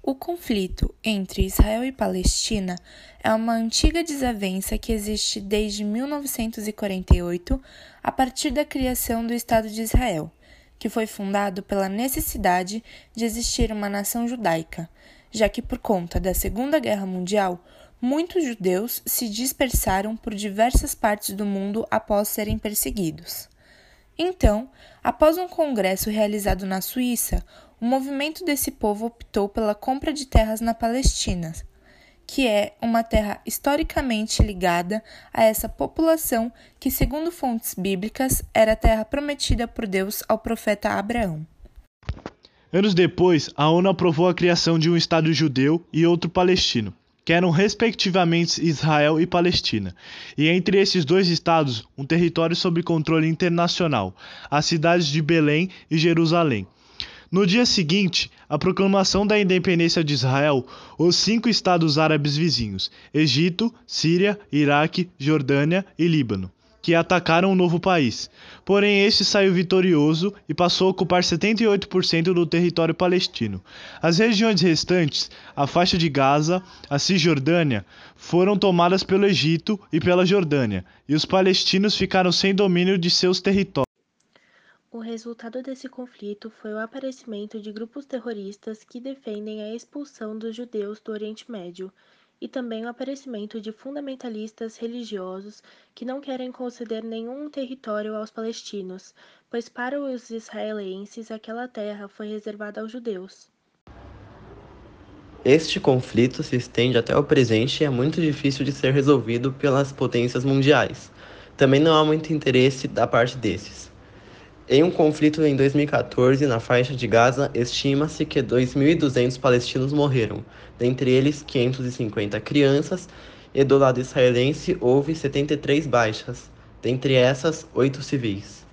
O conflito entre Israel e Palestina é uma antiga desavença que existe desde 1948, a partir da criação do Estado de Israel, que foi fundado pela necessidade de existir uma nação judaica, já que por conta da Segunda Guerra Mundial, muitos judeus se dispersaram por diversas partes do mundo após serem perseguidos. Então, após um congresso realizado na Suíça, o movimento desse povo optou pela compra de terras na Palestina, que é uma terra historicamente ligada a essa população que, segundo fontes bíblicas, era a terra prometida por Deus ao profeta Abraão. Anos depois, a ONU aprovou a criação de um Estado judeu e outro palestino, que eram respectivamente Israel e Palestina, e entre esses dois estados, um território sob controle internacional, as cidades de Belém e Jerusalém. No dia seguinte, à proclamação da independência de Israel, os 5 estados árabes vizinhos, Egito, Síria, Iraque, Jordânia e Líbano, que atacaram o novo país. Porém, este saiu vitorioso e passou a ocupar 78% do território palestino. As regiões restantes, a faixa de Gaza, a Cisjordânia, foram tomadas pelo Egito e pela Jordânia, e os palestinos ficaram sem domínio de seus territórios. O resultado desse conflito foi o aparecimento de grupos terroristas que defendem a expulsão dos judeus do Oriente Médio, e também o aparecimento de fundamentalistas religiosos que não querem conceder nenhum território aos palestinos, pois para os israelenses aquela terra foi reservada aos judeus. Este conflito se estende até o presente e é muito difícil de ser resolvido pelas potências mundiais. Também não há muito interesse da parte desses. Em um conflito em 2014, na faixa de Gaza, estima-se que 2.200 palestinos morreram, dentre eles 550 crianças, e do lado israelense houve 73 baixas, dentre essas 8 civis.